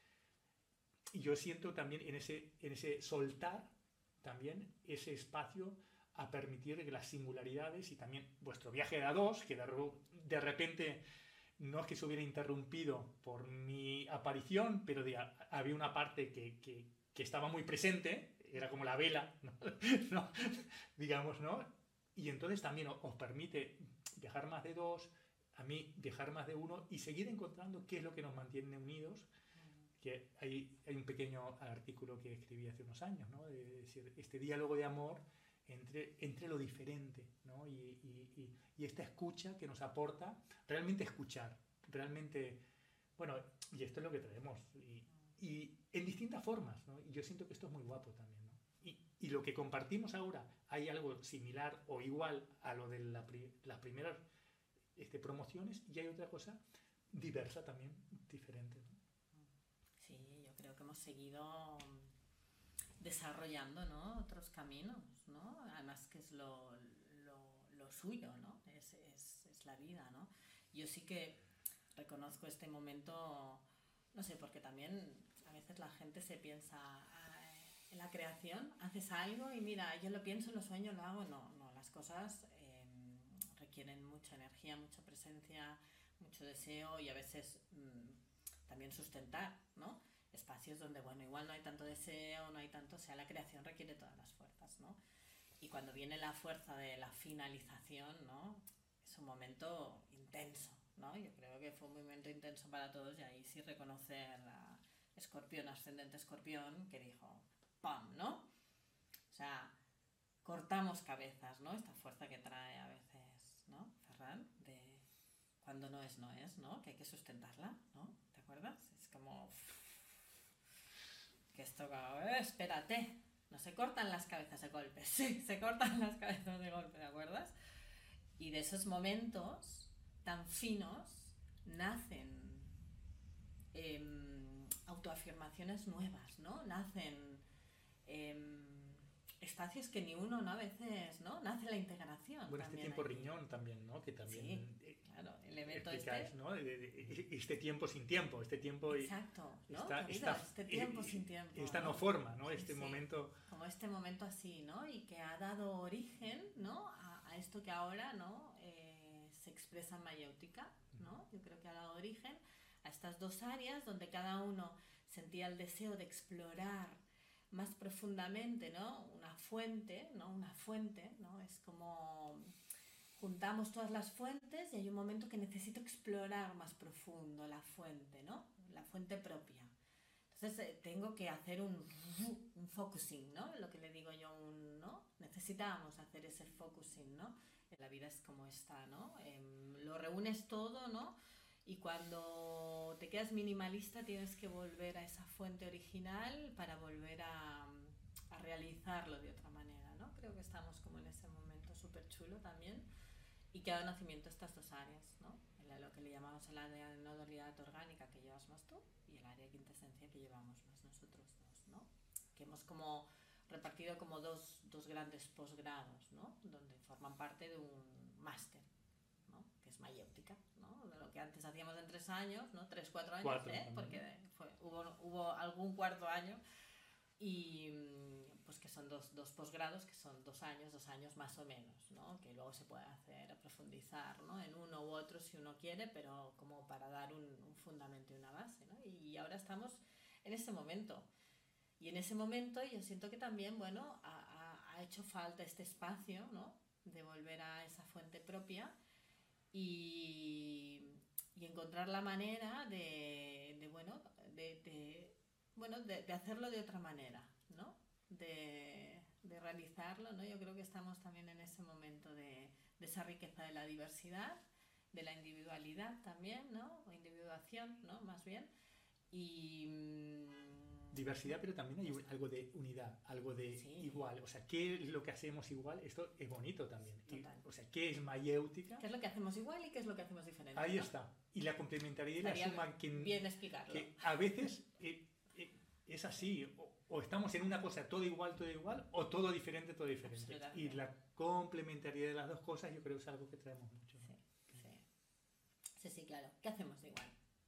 y yo siento también en ese soltar también ese espacio a permitir que las singularidades y también vuestro viaje de a dos, que de repente no es que se hubiera interrumpido por mi aparición, pero había una parte que estaba muy presente, era como la vela, ¿no? ¿No? Digamos, ¿no? Y entonces también os permite viajar más de dos, a mí viajar más de uno y seguir encontrando qué es lo que nos mantiene unidos. Que hay un pequeño artículo que escribí hace unos años, ¿no? De decir, este diálogo de amor entre lo diferente, ¿no? Y esta escucha que nos aporta realmente escuchar, realmente, bueno, y esto es lo que traemos, y en distintas formas, ¿no? Y yo siento que esto es muy guapo también, ¿no? Y lo que compartimos ahora, hay algo similar o igual a lo de las primeras promociones y hay otra cosa diversa también, diferente, ¿no? Sí, yo creo que hemos seguido desarrollando, ¿no? Otros caminos, ¿no? Además que es lo suyo, ¿no? Es la vida, ¿no? Yo sí que reconozco este momento, no sé, porque también a veces la gente se piensa en la creación, haces algo y mira, yo lo pienso, lo sueño, lo hago. No, las cosas requieren mucha energía, mucha presencia, mucho deseo y a veces también sustentar, ¿no? Espacios donde, bueno, igual no hay tanto deseo, no hay tanto, o sea, la creación requiere todas las fuerzas, ¿no? Y cuando viene la fuerza de la finalización, ¿no? Es un momento intenso, ¿no? Yo creo que fue un momento intenso para todos y ahí sí reconocer a Escorpión, ascendente Escorpión, que dijo, ¡pam!, ¿no? O sea, cortamos cabezas, ¿no? Esta fuerza que trae a veces, ¿no? Ferran, de cuando no es, ¿no? Que hay que sustentarla, ¿no? ¿Te acuerdas? Es como... que esto, espérate, no se cortan las cabezas de golpe, sí, se cortan las cabezas de golpe, ¿te acuerdas? Y de esos momentos tan finos nacen autoafirmaciones nuevas, ¿no? Nacen espacios que ni uno, ¿no? A veces, ¿no? Nace la integración. Bueno, este tiempo aquí. Riñón también, ¿no? Que también... Sí, claro, el evento ¿no? Este tiempo sin tiempo, este tiempo... Exacto, ¿no? Este tiempo sin tiempo. Esta no forma, ¿no? Este momento... Como este momento así, ¿no? Y que ha dado origen, ¿no? A esto que ahora, ¿no? Se expresa en mayéutica, ¿no? Yo creo que ha dado origen a estas dos áreas donde cada uno sentía el deseo de explorar más profundamente, ¿no? Una fuente, ¿no? Es como juntamos todas las fuentes y hay un momento que necesito explorar más profundo la fuente, ¿no? La fuente propia. Entonces tengo que hacer un focusing, ¿no? Lo que le digo yo, ¿no? Necesitamos hacer ese focusing, ¿no? La vida es como está, ¿no? Lo reúnes todo, ¿no? Y cuando te quedas minimalista tienes que volver a esa fuente original para volver a realizarlo de otra manera, ¿no? Creo que estamos como en ese momento súper chulo también y que ha dado nacimiento a estas dos áreas, ¿no? Lo que le llamamos el área de no dualidad orgánica que llevas más tú y el área de quintesencia que llevamos más nosotros dos, ¿no? Que hemos como repartido como dos grandes posgrados, ¿no? Donde forman parte de un máster, ¿no? Que es mayéutica, ¿no? De lo que antes hacíamos en 3 años, ¿no? 3-4 años, porque hubo algún cuarto año y pues que son dos posgrados que son 2 años más o menos, ¿no? Que luego se puede hacer, profundizar, ¿no? En uno u otro si uno quiere, pero como para dar un fundamento y una base, ¿no? Y ahora estamos en ese momento. Y en ese momento yo siento que también, bueno, ha hecho falta este espacio, ¿no? De volver a esa fuente propia y encontrar la manera de hacerlo de otra manera, ¿no? De realizarlo, ¿no? Yo creo que estamos también en ese momento de esa riqueza de la diversidad, de la individualidad también, ¿no? O individuación, ¿no? Más bien. Y diversidad, pero también hay algo de unidad, algo de Sí. igual. O sea, ¿qué es lo que hacemos igual? Esto es bonito también. Total. O sea, ¿qué es mayéutica? ¿Qué es lo que hacemos igual y qué es lo que hacemos diferente? Ahí ¿no? está. Y la complementariedad y la Estaría suma bien explicarlo. que a veces es así. O estamos en una cosa todo igual, o todo diferente, todo diferente. Absolutamente. Y la complementariedad de las dos cosas yo creo que es algo que traemos mucho. ¿no? Sí, claro. ¿Qué hacemos igual?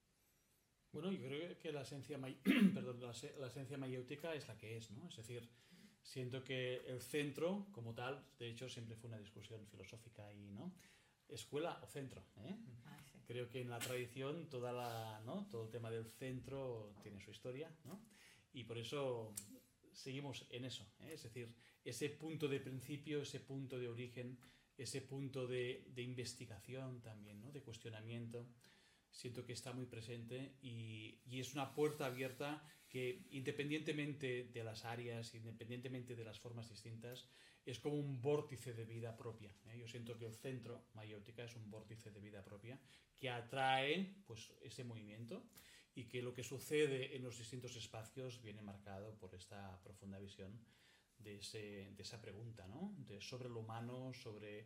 Bueno, yo creo que la esencia, perdón, la esencia mayéutica es la que es, ¿no? Es decir, siento que el centro, como tal, de hecho siempre fue una discusión filosófica y, ¿no? Escuela o centro, ¿eh? Ah, sí. Creo que en la tradición ¿no? Todo el tema del centro tiene su historia, ¿no? Y por eso seguimos en eso, ¿eh? Es decir, ese punto de principio, ese punto de origen, ese punto de investigación también, ¿no? De cuestionamiento, siento que está muy presente y es una puerta abierta que independientemente de las áreas, independientemente de las formas distintas, es como un vórtice de vida propia, ¿eh? Yo siento que el centro mayéutica es un vórtice de vida propia que atrae pues, ese movimiento y que lo que sucede en los distintos espacios viene marcado por esta profunda visión de esa pregunta, ¿no? Sobre lo humano, sobre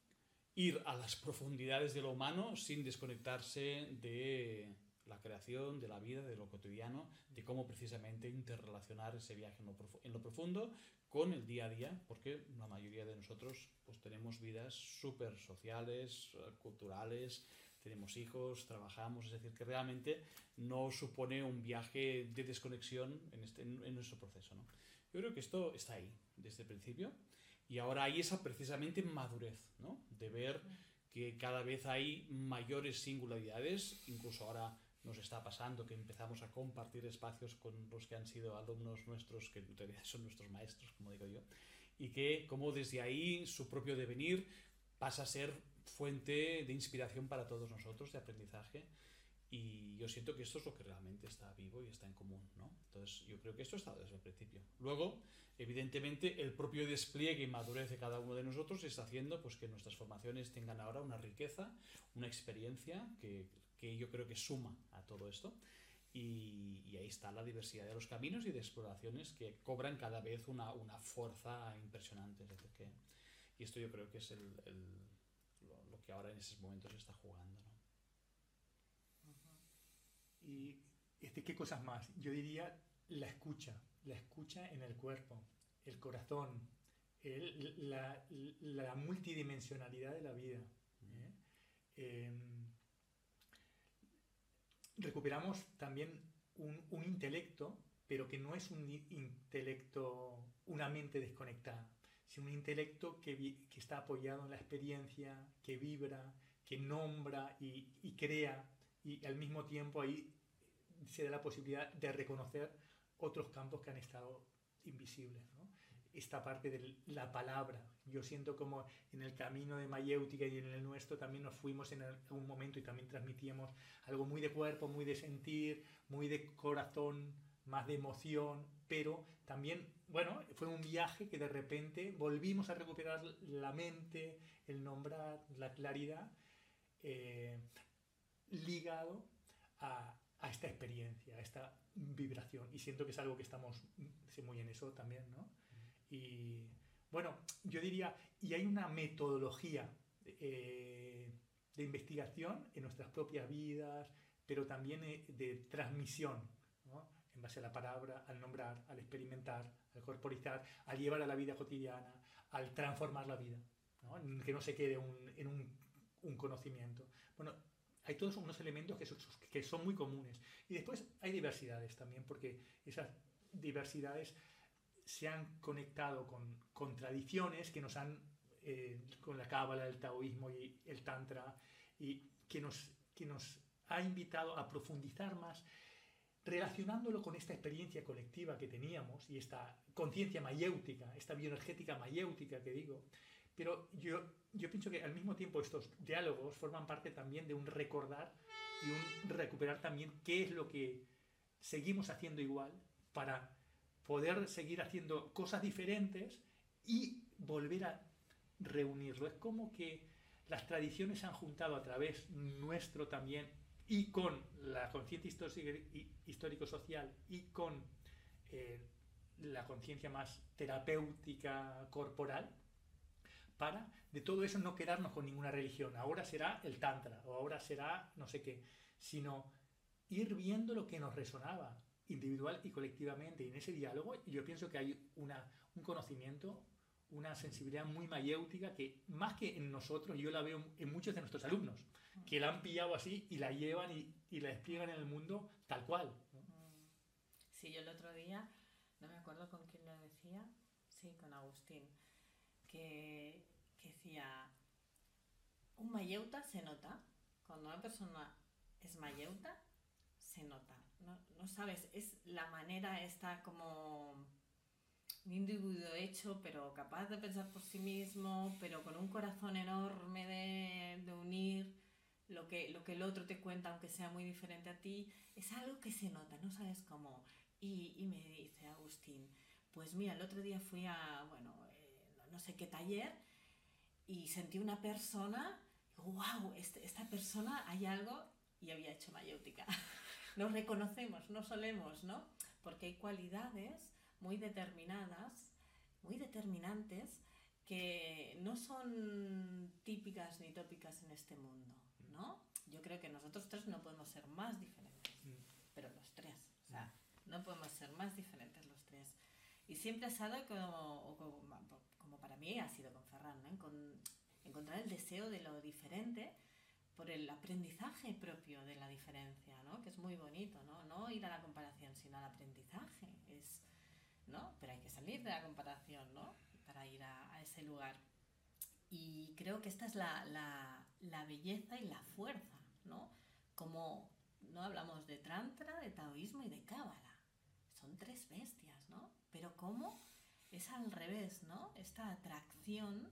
ir a las profundidades de lo humano sin desconectarse de la creación, de la vida, de lo cotidiano, de cómo precisamente interrelacionar ese viaje en lo profundo con el día a día, porque la mayoría de nosotros pues, tenemos vidas súper sociales, culturales, tenemos hijos, trabajamos, es decir, que realmente no supone un viaje de desconexión en nuestro proceso, ¿no? Yo creo que esto está ahí desde el principio y ahora hay esa precisamente madurez, ¿no? De ver que cada vez hay mayores singularidades, incluso ahora nos está pasando que empezamos a compartir espacios con los que han sido alumnos nuestros, que en realidad son nuestros maestros, como digo yo, y que como desde ahí su propio devenir pasa a ser fuente de inspiración para todos nosotros, de aprendizaje, y yo siento que esto es lo que realmente está vivo y está en común, ¿no? Entonces yo creo que esto está desde el principio. Luego, evidentemente, el propio despliegue y madurez de cada uno de nosotros está haciendo pues, que nuestras formaciones tengan ahora una riqueza, una experiencia que yo creo que suma a todo esto. Y ahí está la diversidad de los caminos y de exploraciones que cobran cada vez una fuerza impresionante. Es decir, y esto yo creo que es lo que ahora en esos momentos se está jugando, ¿no? Y ¿qué cosas más? Yo diría la escucha en el cuerpo, el corazón, la multidimensionalidad de la vida. Recuperamos también un intelecto, pero que no es un intelecto, una mente desconectada, sino un intelecto que está apoyado en la experiencia, que vibra, que nombra y crea, y al mismo tiempo ahí se da la posibilidad de reconocer otros campos que han estado invisibles, ¿no? Esta parte de la palabra, yo siento como en el camino de mayéutica y en el nuestro también nos fuimos en algún momento y también transmitíamos algo muy de cuerpo, muy de sentir, muy de corazón, más de emoción, pero también, bueno, fue un viaje que de repente volvimos a recuperar la mente, el nombrar, la claridad, ligado a esta experiencia, a esta vibración, y siento que es algo que estamos muy en eso también, ¿no? Y bueno, yo diría, y hay una metodología de investigación en nuestras propias vidas, pero también de transmisión, ¿no? En base a la palabra, al nombrar, al experimentar, al corporizar, al llevar a la vida cotidiana, al transformar la vida, ¿no? Que no se quede en un conocimiento. Bueno, hay todos unos elementos que son muy comunes. Y después hay diversidades también, porque esas diversidades se han conectado con tradiciones que nos han, con la cábala, el taoísmo y el tantra, y que nos ha invitado a profundizar más, relacionándolo con esta experiencia colectiva que teníamos y esta conciencia mayéutica, esta bioenergética mayéutica que digo. Pero yo pienso que al mismo tiempo estos diálogos forman parte también de un recordar y un recuperar también qué es lo que seguimos haciendo igual para poder seguir haciendo cosas diferentes y volver a reunirlo. Es como que las tradiciones se han juntado a través nuestro también y con la conciencia histórico-social y con la conciencia más terapéutica corporal, para de todo eso no quedarnos con ninguna religión. Ahora será el tantra o ahora será no sé qué, sino ir viendo lo que nos resonaba individual y colectivamente. Y en ese diálogo yo pienso que hay un conocimiento, una sensibilidad muy mayéutica que más que en nosotros, yo la veo en muchos de nuestros alumnos, que la han pillado así y la llevan y la despliegan en el mundo tal cual, ¿no? Sí, yo el otro día, no me acuerdo con quién lo decía, sí, con Agustín, que decía, un mayeuta se nota, cuando una persona es mayeuta, se nota, no sabes, es la manera esta como un individuo hecho, pero capaz de pensar por sí mismo, pero con un corazón enorme de unir lo que el otro te cuenta, aunque sea muy diferente a ti, es algo que se nota, no sabes cómo. Y me dice Agustín, pues mira, el otro día fui a, bueno, no sé qué taller y sentí una persona, digo, wow, esta persona hay algo, y había hecho mayéutica. Nos reconocemos, no solemos, ¿no? Porque hay cualidades muy determinadas, muy determinantes, que no son típicas ni tópicas en este mundo, ¿no? Yo creo que nosotros tres no podemos ser más diferentes, pero los tres, o sea, no podemos ser más diferentes los tres. Y siempre ha sido como para mí ha sido con Ferran, ¿no? Encontrar el deseo de lo diferente por el aprendizaje propio de la diferencia, ¿no? Que es muy bonito, ¿no? No ir a la comparación, sino al aprendizaje, ¿no? Pero hay que salir de la comparación, ¿no? Para ir a ese lugar. Y creo que esta es la belleza y la fuerza, ¿no? Como no hablamos de Tantra, de Taoísmo y de Cábala. Son tres bestias, ¿no? Pero cómo es al revés, ¿no? Esta atracción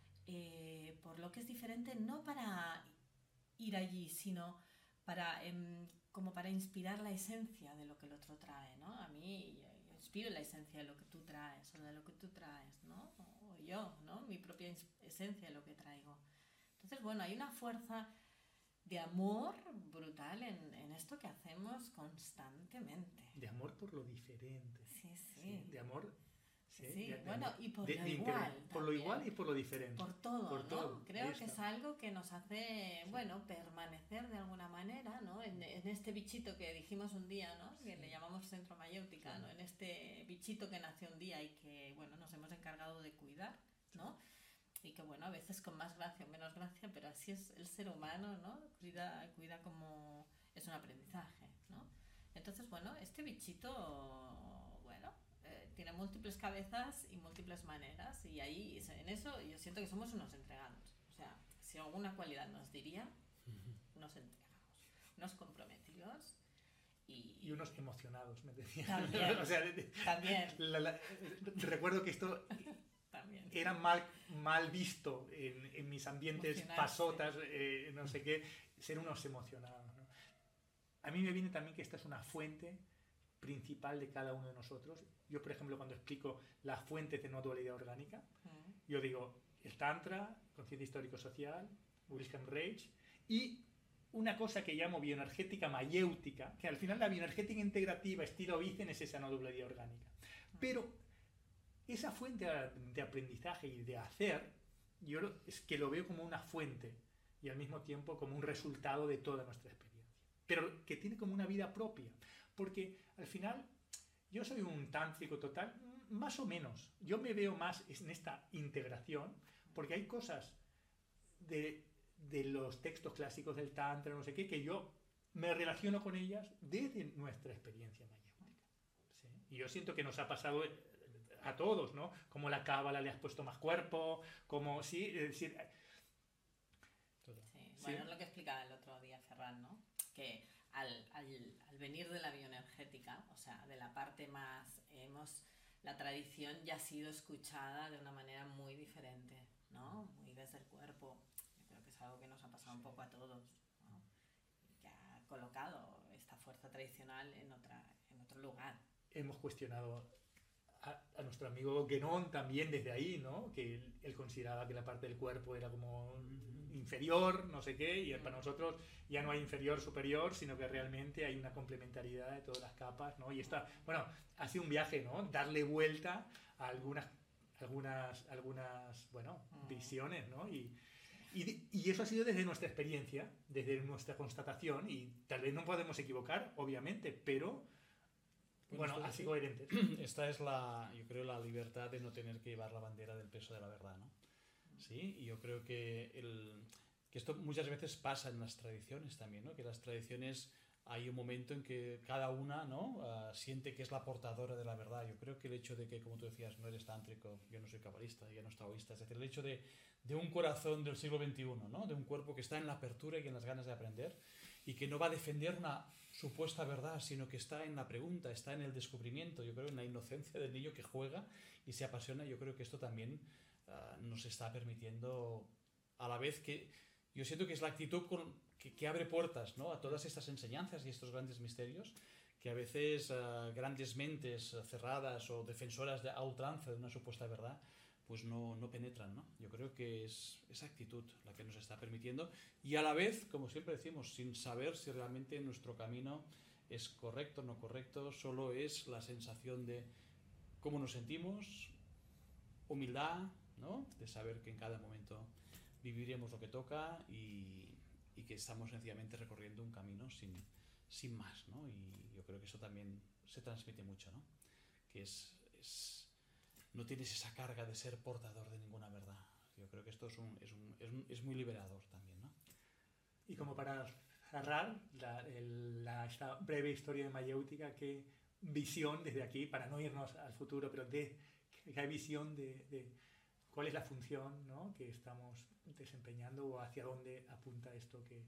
por lo que es diferente, no para ir allí, sino para como para inspirar la esencia de lo que el otro trae, ¿no? A mí yo inspiro la esencia de lo que tú traes o de lo que tú traes, ¿no? O yo, ¿no? Mi propia esencia de lo que traigo. Entonces, bueno, hay una fuerza de amor brutal en esto que hacemos constantemente. De amor por lo diferente. Sí. De amor... Sí, bueno, y por lo igual. Por lo igual y por lo diferente. Por todo, ¿no? Todo. Creo que es algo que nos hace, bueno, permanecer de alguna manera, ¿no? En este bichito que dijimos un día, ¿no? Que le llamamos centro mayéutica, ¿no? En este bichito que nació un día y que, bueno, nos hemos encargado de cuidar, ¿no? Y que, bueno, a veces con más gracia o menos gracia, pero así es el ser humano, ¿no? Cuida como es un aprendizaje, ¿no? Entonces, bueno, este bichito, bueno, tiene múltiples cabezas y múltiples maneras, y ahí en eso yo siento que somos unos entregados. O sea, si alguna cualidad nos diría, nos entregamos, unos comprometidos y unos emocionados, me decían. También, o sea, también. Recuerdo que esto también. Era mal visto en mis ambientes pasotas, no sé qué, ser unos emocionados, ¿no? A mí me viene también que esta es una fuente principal de cada uno de nosotros. Yo, por ejemplo, cuando explico las fuentes de no dualidad orgánica, yo digo el Tantra, conciencia histórico-social, Wilhelm Reich, y una cosa que llamo bioenergética mayéutica, que al final la bioenergética integrativa, estilo Vicen, es esa no dualidad orgánica. Pero esa fuente de aprendizaje y de hacer, yo es que lo veo como una fuente y al mismo tiempo como un resultado de toda nuestra experiencia. Pero que tiene como una vida propia. Porque al final yo soy un tántrico total, más o menos. Yo me veo más en esta integración porque hay cosas de los textos clásicos del Tantra, no sé qué, que yo me relaciono con ellas desde nuestra experiencia mayéutica. ¿Sí? Y yo siento que nos ha pasado a todos, ¿no? Como la cábala le has puesto más cuerpo, como sí, es decir... Sí, bueno, es lo que explicaba el otro día Ferran, ¿no? Que al venir de la bioenergética, o sea, de la parte más... la tradición ya ha sido escuchada de una manera muy diferente, ¿no? Muy desde el cuerpo. Yo creo que es algo que nos ha pasado un poco a todos, ¿no? Y que ha colocado esta fuerza tradicional en otro lugar. Hemos cuestionado a nuestro amigo Guénon también desde ahí, ¿no? Que él consideraba que la parte del cuerpo era como inferior, no sé qué, y para nosotros ya no hay inferior, superior, sino que realmente hay una complementariedad de todas las capas, ¿no? Y bueno, ha sido un viaje, ¿no? Darle vuelta a algunas bueno, visiones, ¿no? Y eso ha sido desde nuestra experiencia, desde nuestra constatación, y tal vez no podemos equivocar, obviamente, pero bueno, así coherentes. Esta es yo creo, la libertad de no tener que llevar la bandera del peso de la verdad, ¿no? Sí, y yo creo que esto muchas veces pasa en las tradiciones también, ¿no? Que las tradiciones hay un momento en que cada una, ¿no? Siente que es la portadora de la verdad. Yo creo que el hecho de que, como tú decías, no eres tántrico, yo no soy cabalista, yo no soy taoísta, es decir, el hecho de un corazón del siglo XXI, ¿no? De un cuerpo que está en la apertura y en las ganas de aprender y que no va a defender una supuesta verdad, sino que está en la pregunta, está en el descubrimiento, yo creo, en la inocencia del niño que juega y se apasiona. Yo creo que esto también nos está permitiendo, a la vez que yo siento que es la actitud que abre puertas, ¿no? A todas estas enseñanzas y estos grandes misterios que a veces grandes mentes cerradas o defensoras a ultranza de una supuesta verdad pues no penetran, ¿no? Yo creo que es esa actitud la que nos está permitiendo, y a la vez, como siempre decimos, sin saber si realmente nuestro camino es correcto o no correcto, solo es la sensación de cómo nos sentimos, humildad, ¿no? De saber que en cada momento viviremos lo que toca y que estamos sencillamente recorriendo un camino sin más, ¿no? Y yo creo que eso también se transmite mucho, ¿no? Que no tienes esa carga de ser portador de ninguna verdad. Yo creo que esto es muy liberador también, ¿no? Y como para cerrar esta breve historia de Mayéutica, ¿qué visión desde aquí, para no irnos al futuro, pero qué visión de cuál es la función, ¿no? Que estamos desempeñando o hacia dónde apunta esto que...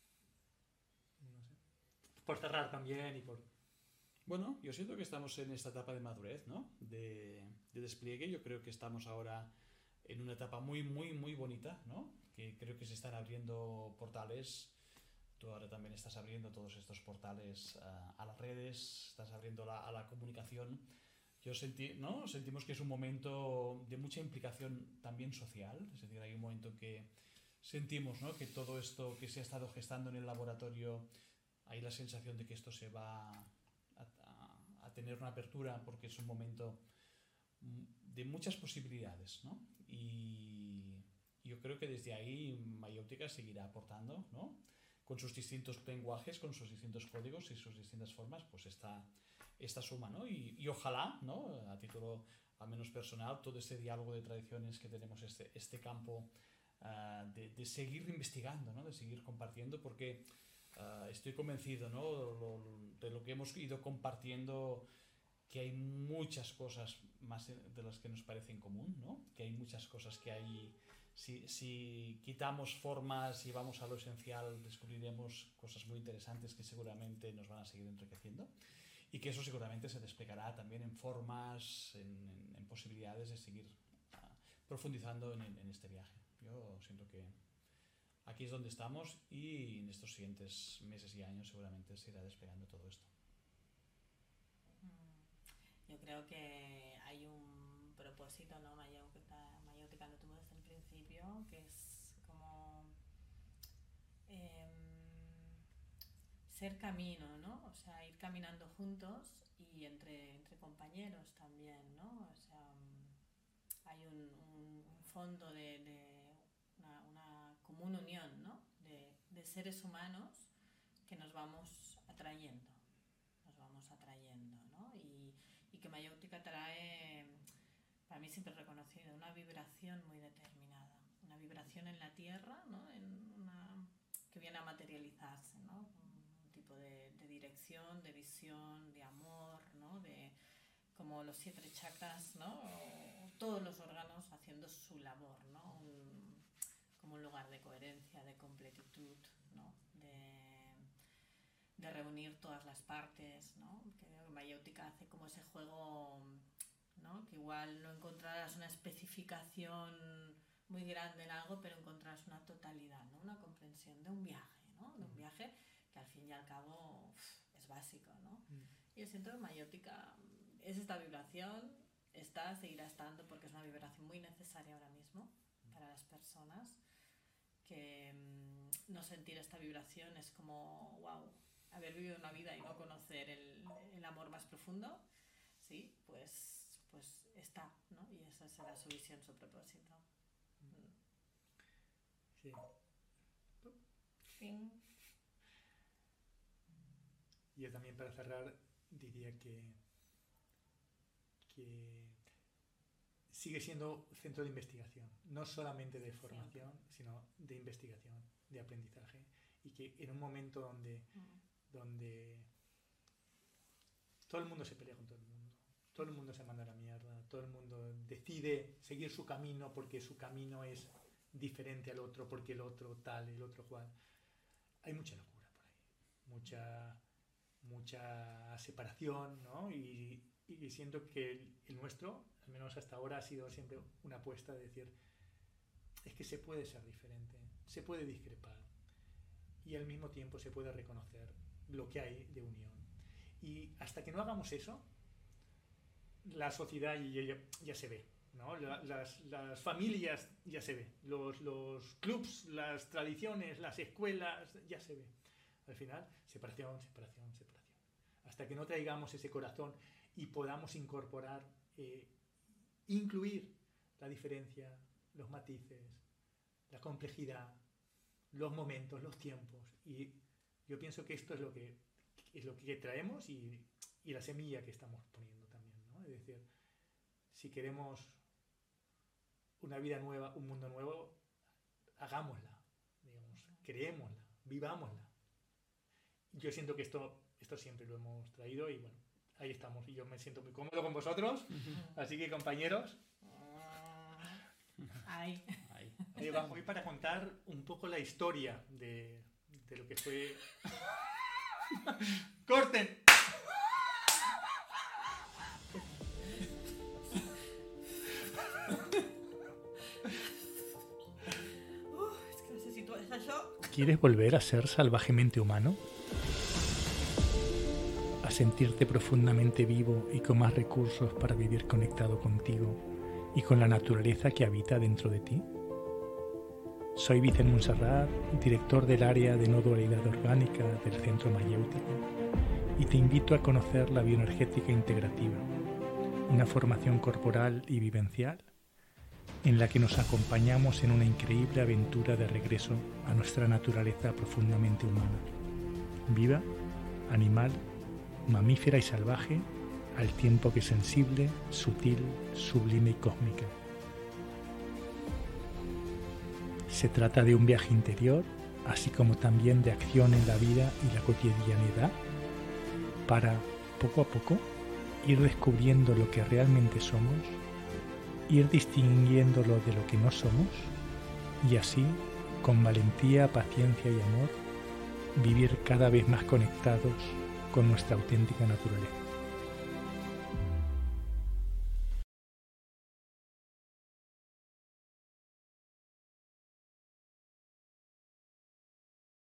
No sé. Por cerrar también y por... Bueno, yo siento que estamos en esta etapa de madurez, ¿no? De despliegue. Yo creo que estamos ahora en una etapa muy, muy, muy bonita, ¿no? Que creo que se están abriendo portales. Tú ahora también estás abriendo todos estos portales a las redes, estás abriendo a la comunicación. Sentimos que es un momento de mucha implicación también social. Es decir, hay un momento en que sentimos, ¿no? Que todo esto que se ha estado gestando en el laboratorio, hay la sensación de que esto se va a tener una apertura, porque es un momento de muchas posibilidades, ¿no? Y yo creo que desde ahí Mayéutica seguirá aportando, ¿no? Con sus distintos lenguajes, con sus distintos códigos y sus distintas formas, pues esta suma, ¿no? Y ojalá, ¿no? A título al menos personal, todo este diálogo de tradiciones que tenemos, este campo de seguir investigando, ¿no? De seguir compartiendo, porque estoy convencido, ¿no? De lo que hemos ido compartiendo, que hay muchas cosas más de las que nos parece en común, ¿no? Que hay muchas cosas que hay... Si quitamos formas y vamos a lo esencial, descubriremos cosas muy interesantes que seguramente nos van a seguir enriqueciendo, y que eso seguramente se desplegará también en formas, en posibilidades de seguir profundizando en este viaje. Yo siento que aquí es donde estamos, y en estos siguientes meses y años seguramente se irá desplegando todo esto. Yo creo que hay un propósito, ¿no? Mayéutica lo tuvo desde el principio, que es como ser camino, ¿no? O sea, ir caminando juntos y entre compañeros también, ¿no? O sea, hay un fondo de una común unión, ¿no? De seres humanos que nos vamos atrayendo, ¿no? Y que Mayéutica trae, para mí siempre reconocido, una vibración muy determinada, una vibración en la tierra, ¿no? Que viene a materializarse, ¿no? Un tipo de dirección, de visión, de amor, ¿no? Como los 7 chakras, ¿no? O todos los órganos haciendo su labor, ¿no? Como un lugar de coherencia, de completitud, ¿no? De reunir todas las partes, ¿no? Que Mayéutica hace como ese juego, ¿no? Que igual no encontrarás una especificación muy grande en algo, pero encontrarás una totalidad, ¿no? Una comprensión de un viaje, ¿no? De un viaje que al fin y al cabo es básico, ¿no? Y yo siento que Mayéutica es esta vibración, seguirá estando, porque es una vibración muy necesaria ahora mismo para las personas, que no sentir esta vibración es como, wow, haber vivido una vida y no conocer el amor más profundo, sí, pues está, ¿no? Y esa será su visión, su propósito. Sí. Fin. Yo también, para cerrar, diría que sigue siendo centro de investigación, no solamente de formación, sino de investigación, de aprendizaje, y que en un momento donde todo el mundo se pelea con todo el mundo se manda a la mierda, todo el mundo decide seguir su camino porque su camino es diferente al otro, porque el otro tal, el otro cual, hay mucha locura por ahí, mucha separación, ¿no? Y siento que el nuestro, al menos hasta ahora, ha sido siempre una apuesta de decir, es que se puede ser diferente, se puede discrepar y al mismo tiempo se puede reconocer lo que hay de unión. Y hasta que no hagamos eso, la sociedad ya se ve, ¿no? Las familias ya se ve, los clubs, las tradiciones, las escuelas, ya se ve. Al final, separación. Hasta que no traigamos ese corazón y podamos incorporar, incluir la diferencia, los matices, la complejidad, los momentos, los tiempos. Y yo pienso que esto es lo que traemos y la semilla que estamos poniendo también, ¿no? Es decir, si queremos una vida nueva, un mundo nuevo, hagámosla, digamos, creémosla, vivámosla. Yo siento que esto siempre lo hemos traído y bueno, ahí estamos. Y yo me siento muy cómodo con vosotros. Así que, compañeros, ahí vamos. Voy para contar un poco la historia de lo que fue... ¡Corten! Es que necesito eso. ¿Quieres volver a ser salvajemente humano? ¿A sentirte profundamente vivo y con más recursos para vivir conectado contigo y con la naturaleza que habita dentro de ti? Soy Vicent Montserrat, director del área de no dualidad orgánica del Centro Mayéutico, y te invito a conocer la bioenergética integrativa, una formación corporal y vivencial en la que nos acompañamos en una increíble aventura de regreso a nuestra naturaleza profundamente humana, viva, animal, mamífera y salvaje, al tiempo que sensible, sutil, sublime y cósmica. Se trata de un viaje interior, así como también de acción en la vida y la cotidianidad, para, poco a poco, ir descubriendo lo que realmente somos, ir distinguiéndolo de lo que no somos, y así, con valentía, paciencia y amor, vivir cada vez más conectados con nuestra auténtica naturaleza.